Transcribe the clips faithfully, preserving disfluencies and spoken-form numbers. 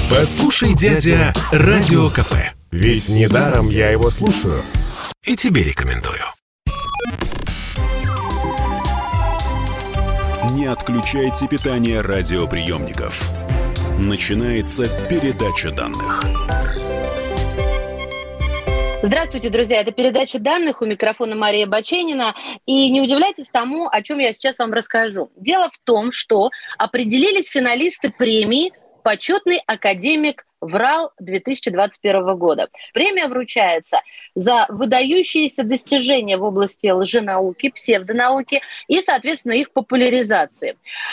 Послушай, дядя, Радио КП. Ведь недаром я его слушаю. И тебе рекомендую. Не отключайте питание радиоприемников. Начинается передача данных. Здравствуйте, друзья. Это передача данных. У микрофона Мария Баченина. И не удивляйтесь тому, о чем я сейчас вам расскажу. Дело в том, что определились финалисты премии «Почетный академик ВРАЛ две тысячи двадцать первого года». Премия вручается за выдающиеся достижения в области лженауки, псевдонауки и, соответственно, их популяризации.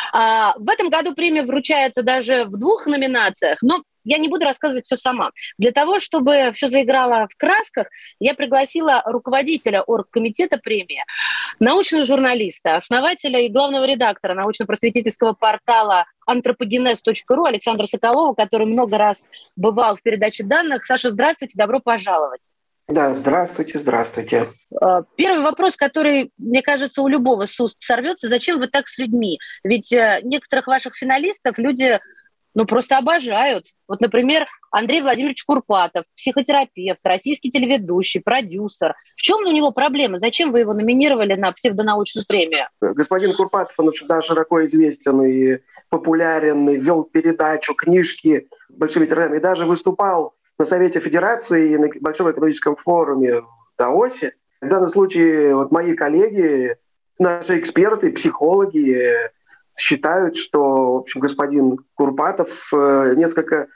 А в этом году премия вручается даже в двух номинациях, но я не буду рассказывать все сама. Для того, чтобы все заиграло в красках, я пригласила руководителя оргкомитета премии, научного журналиста, основателя и главного редактора научно-просветительского портала антропогенез точка ру Александра Соколова, который много раз бывал в передаче данных. Саша, здравствуйте, добро пожаловать. Да, здравствуйте, здравствуйте. Первый вопрос, который, мне кажется, у любого с уст сорвется: зачем вы так с людьми? Ведь некоторых ваших финалистов люди... ну, просто обожают. Вот, например, Андрей Владимирович Курпатов, психотерапевт, российский телеведущий, продюсер. В чем у него проблема? Зачем вы его номинировали на псевдонаучную премию? Господин Курпатов, он да, широко известен и популярен, и вел передачу, книжки большими тиражами, и даже выступал на Совете Федерации и на Большом экономическом форуме в Даосе. В данном случае вот мои коллеги, наши эксперты, психологи, считают, что, в общем, господин Курпатов э, несколько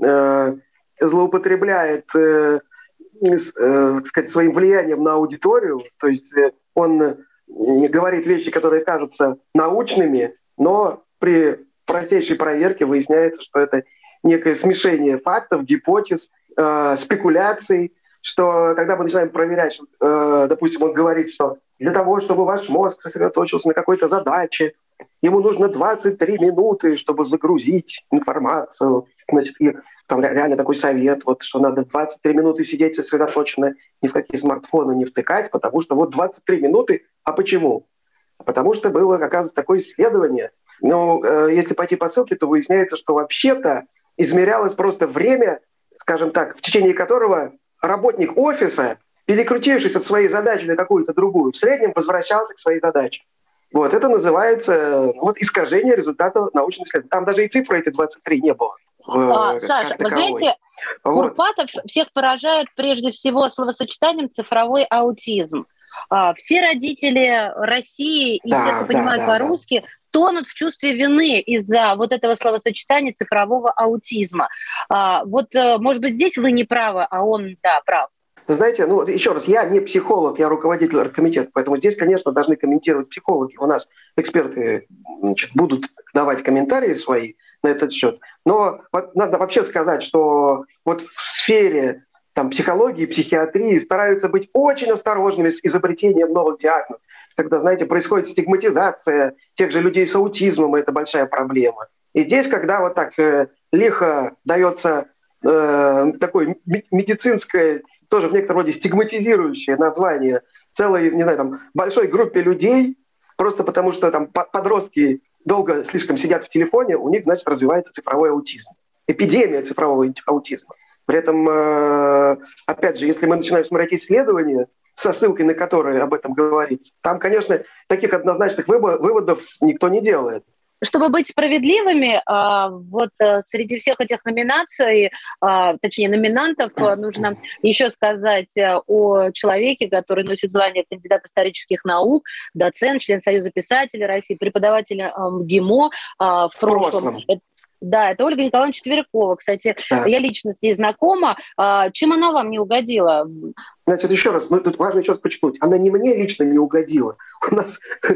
э, злоупотребляет э, э, так сказать, своим влиянием на аудиторию. То есть э, он говорит вещи, которые кажутся научными, но при простейшей проверке выясняется, что это некое смешение фактов, гипотез, э, спекуляций, что когда мы начинаем проверять, э, допустим, он говорит, что для того, чтобы ваш мозг сосредоточился на какой-то задаче, ему нужно двадцать три минуты, чтобы загрузить информацию. Значит, и там реально такой совет, вот, что надо двадцать три минуты сидеть сосредоточенно, ни в какие смартфоны не втыкать, потому что вот двадцать три минуты. А почему? Потому что было, оказывается, такое исследование. Но э, если пойти по ссылке, то выясняется, что вообще-то измерялось просто время, скажем так, в течение которого работник офиса, перекрутившись от своей задачи на какую-то другую, в среднем возвращался к своей задаче. Вот, это называется вот, искажение результата научных исследований. Там даже и цифры эти двадцать три не было. А, Саша, вы знаете, вот. Курпатов всех поражает прежде всего словосочетанием «цифровой аутизм». А, все родители России и да, те, кто понимают да, по-русски, да. тонут в чувстве вины из-за вот этого словосочетания цифрового аутизма. А, вот, может быть, здесь вы не правы, а он, да, прав. Вы знаете, ну, еще раз, я не психолог, я руководитель оргкомитета, поэтому здесь, конечно, должны комментировать психологи. У нас эксперты, значит, будут давать комментарии свои на этот счет. Но вот, надо вообще сказать, что вот в сфере там, психологии, психиатрии стараются быть очень осторожными с изобретением новых диагнозов. Когда, знаете, происходит стигматизация тех же людей с аутизмом, это большая проблема. И здесь, когда вот так э, лихо дается э, такое медицинское, тоже в некотором роде стигматизирующее название целой, не знаю, там, большой группе людей, просто потому что там подростки долго слишком сидят в телефоне, у них, значит, развивается цифровой аутизм. Эпидемия цифрового аутизма. При этом, э, опять же, если мы начинаем смотреть исследования, со ссылкой на которые об этом говорится, там, конечно, таких однозначных выводов никто не делает. Чтобы быть справедливыми, вот среди всех этих номинаций, точнее номинантов, нужно еще сказать о человеке, который носит звание кандидат исторических наук, доцент, член Союза писателей России, преподаватель МГИМО в прошлом. Да, это Ольга Николаевна Четверякова. Кстати, да. Я лично с ней знакома. Чем она вам не угодила? Значит, еще раз, ну, тут важно еще раз подчеркнуть. Она не мне лично не угодила. У нас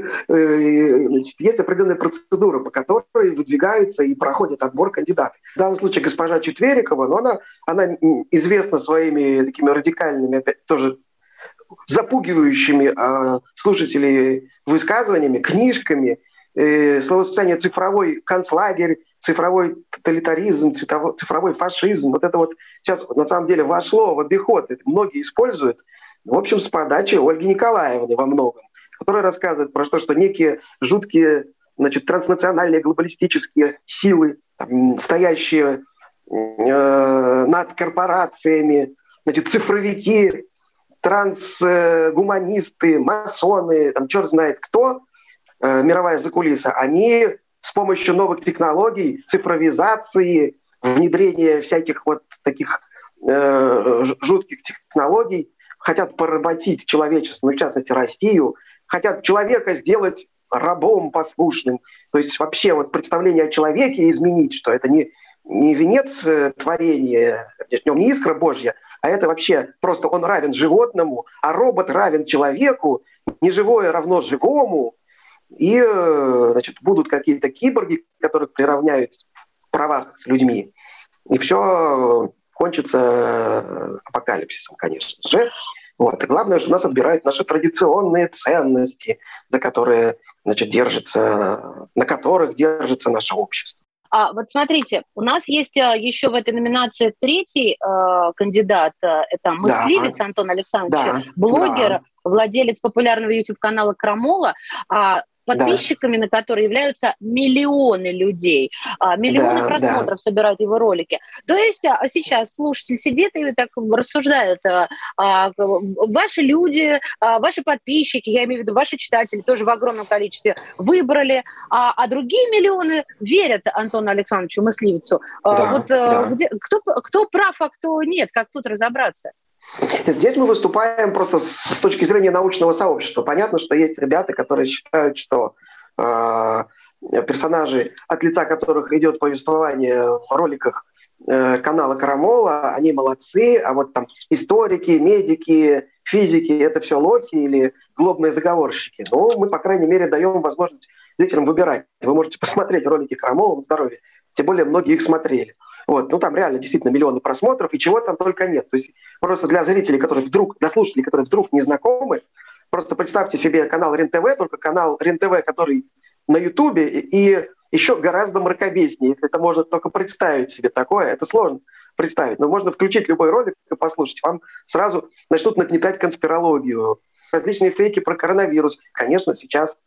значит, есть определенная процедура, по которой выдвигается и проходит отбор кандидатов. В данном случае госпожа Четверякова, но она, она известна своими такими радикальными, опять тоже запугивающими э, слушателей высказываниями, книжками, э, словосочетание «цифровой концлагерь», цифровой тоталитаризм, цифровой, цифровой фашизм. Вот это вот сейчас на самом деле вошло в обиход. Это многие используют. В общем, с подачи Ольги Николаевны во многом, которая рассказывает про то, что некие жуткие, значит, транснациональные глобалистические силы, там, стоящие э, над корпорациями, значит, цифровики, трансгуманисты, масоны, там черт знает кто, э, мировая закулиса, они с помощью новых технологий, цифровизации, внедрения всяких вот таких э, жутких технологий хотят поработить человечество, ну, в частности Россию, хотят человека сделать рабом послушным. То есть вообще вот представление о человеке изменить, что это не, не венец творения, в нем не искра Божья, а это вообще просто он равен животному, а робот равен человеку, неживое равно живому, и, значит, будут какие-то киборги, которых приравняют в правах с людьми. И все кончится апокалипсисом, конечно же. Вот. И главное, что нас отбирают наши традиционные ценности, за которые, значит, держится, на которых держится наше общество. А вот смотрите, у нас есть еще в этой номинации третий э, кандидат. Это мысливец, да. Антон Александрович, да. блогер, да. владелец популярного YouTube-канала «Крамола». А подписчиками, да. на которые являются миллионы людей, миллионы да, просмотров да. собирают его ролики. То есть сейчас слушатель сидит и так рассуждает, ваши люди, ваши подписчики, я имею в виду ваши читатели, тоже в огромном количестве выбрали, а, а другие миллионы верят Антону Александровичу Мысливицу. Да, вот да. Где, кто, кто прав, а кто нет, как тут разобраться? Здесь мы выступаем просто с точки зрения научного сообщества. Понятно, что есть ребята, которые считают, что э, персонажи, от лица которых идет повествование в роликах э, канала Крамола, они молодцы, а вот там историки, медики, физики — это все лохи или злобные заговорщики. Но мы, по крайней мере, даем возможность зрителям выбирать. Вы можете посмотреть ролики Крамола на здоровье, тем более многие их смотрели. Вот. Ну, там реально действительно миллионы просмотров, и чего там только нет. То есть просто для зрителей, которые вдруг, для слушателей, которые вдруг не знакомы, просто представьте себе канал РЕН-ТВ, только канал РЕН-ТВ, который на Ютубе, и еще гораздо мракобеснее. Если это можно только представить себе такое, это сложно представить. Но можно включить любой ролик и послушать. Вам сразу начнут нагнетать конспирологию, различные фейки про коронавирус. Конечно, сейчас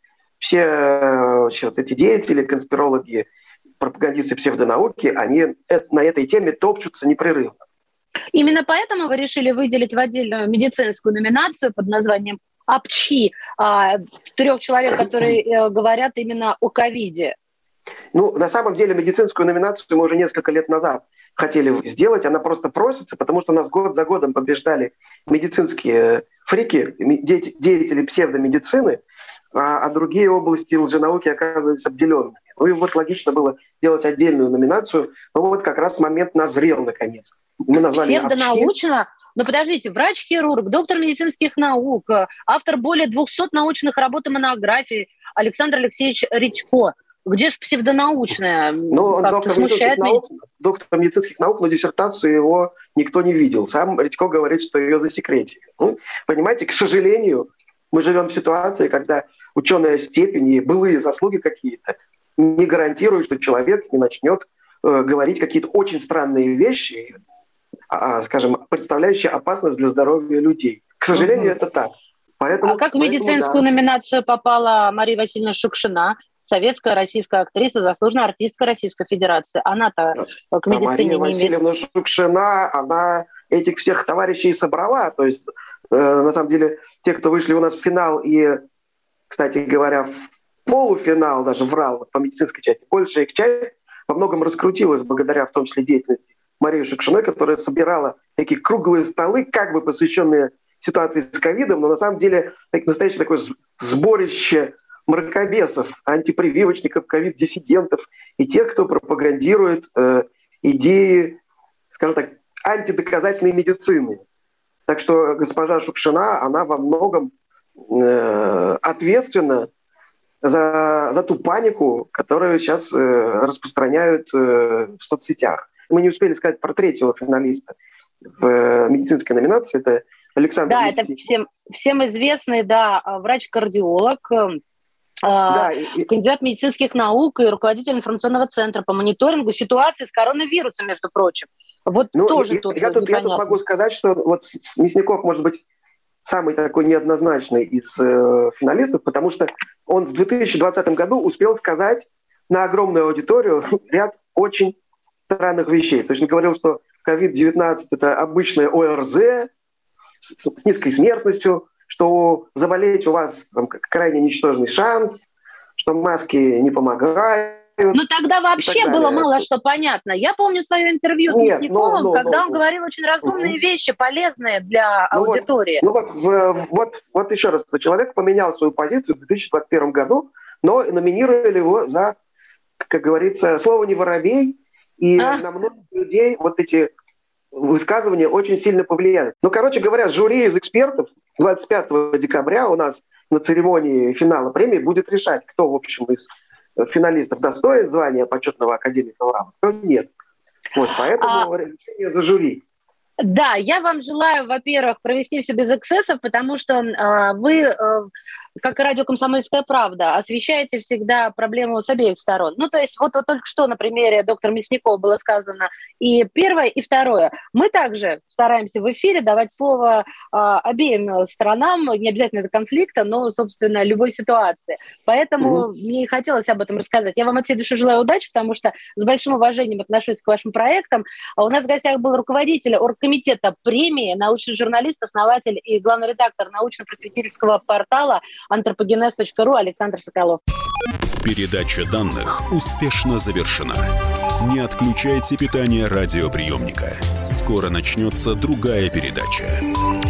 все вот эти деятели, конспирологи, пропагандисты псевдонауки, они на этой теме топчутся непрерывно. Именно поэтому вы решили выделить в отдельную медицинскую номинацию под названием «АПЧХИ» трех человек, которые говорят именно о ковиде. Ну, на самом деле, медицинскую номинацию мы уже несколько лет назад хотели сделать. Она просто просится, потому что нас год за годом побеждали медицинские фрики, деятели псевдомедицины, а другие области лженауки оказывались обделенными. Ну и вот логично было делать отдельную номинацию. Ну вот как раз момент назрел наконец. Мы назвали псевдонаучно? Но подождите, врач-хирург, доктор медицинских наук, автор более двухсот научных работ и монографий Александр Алексеевич Редько. Где же псевдонаучное? Ну, доктор медицинских, наук, доктор медицинских наук, но диссертацию его никто не видел. Сам Редько говорит, что ее засекретили. Ну, понимаете, к сожалению, мы живем в ситуации, когда ученая степень и былые заслуги какие-то не гарантируют, что человек не начнет э, говорить какие-то очень странные вещи, а, скажем, представляющие опасность для здоровья людей. К сожалению, угу. это так. Поэтому, а как в поэтому, медицинскую да. номинацию попала Мария Васильевна Шукшина, советская российская актриса, заслуженная артистка Российской Федерации? Она-то к медицине Мария не имеет. Васильевна Шукшина, она этих всех товарищей собрала. То есть, э, на самом деле, те, кто вышли у нас в финал и, кстати говоря, в полуфинал даже врал вот, по медицинской части, большая их часть во многом раскрутилась благодаря в том числе деятельности Марии Шукшиной, которая собирала такие круглые столы, как бы посвященные ситуации с ковидом, но на самом деле так, настоящее такое сборище мракобесов, антипрививочников, ковид-диссидентов и тех, кто пропагандирует э, идеи, скажем так, антидоказательной медицины. Так что госпожа Шукшина, она во многом э, ответственна за, за ту панику, которую сейчас э, распространяют э, в соцсетях. Мы не успели сказать про третьего финалиста в э, медицинской номинации. Это Александр Да, Лисий. это всем, всем известный, да, врач-кардиолог, Да, и... кандидат медицинских наук и руководитель информационного центра по мониторингу ситуации с коронавирусом, между прочим. Вот ну, тоже я, тут я, тут, я тут могу сказать, что вот Мясников может быть самый такой неоднозначный из э, финалистов, потому что он в две тысячи двадцатом году успел сказать на огромную аудиторию ряд очень странных вещей. То есть он говорил, что ковид девятнадцать – это обычное ОРЗ с, с низкой смертностью, что заболеть у вас там, крайне ничтожный шанс, что маски не помогают. Ну тогда вообще было мало что понятно. Я помню свое интервью с Нет, Мясниковым, но, но, когда но, он но. говорил очень разумные угу. вещи, полезные для ну аудитории. Вот, ну вот, в, вот, вот еще раз, человек поменял свою позицию в две тысячи двадцать первом году, но номинировали его за, как говорится, слово «не воробей», и а? на многих людей вот эти высказывания очень сильно повлияли. Ну, короче говоря, жюри из экспертов двадцать пятого декабря у нас на церемонии финала премии будет решать, кто, в общем, из финалистов достоин звания почетного академика УРАМа, кто нет. Вот, поэтому а... решение за жюри. Да, я вам желаю, во-первых, провести все без эксцессов, потому что э, вы, э, как и радио «Комсомольская правда», освещаете всегда проблему с обеих сторон. Ну, то есть вот, вот только что на примере доктора Мясникова было сказано и первое, и второе. Мы также стараемся в эфире давать слово э, обеим сторонам, не обязательно это конфликта, но, собственно, любой ситуации. Поэтому mm-hmm. мне и хотелось об этом рассказать. Я вам от всей души желаю удачи, потому что с большим уважением отношусь к вашим проектам. А у нас в гостях был руководитель оргкомитета Комитета премии, научный журналист, основатель и главный редактор научно-просветительского портала антропогенез точка ру Александр Соколов. Передача данных успешно завершена. Не отключайте питание радиоприемника. Скоро начнется другая передача.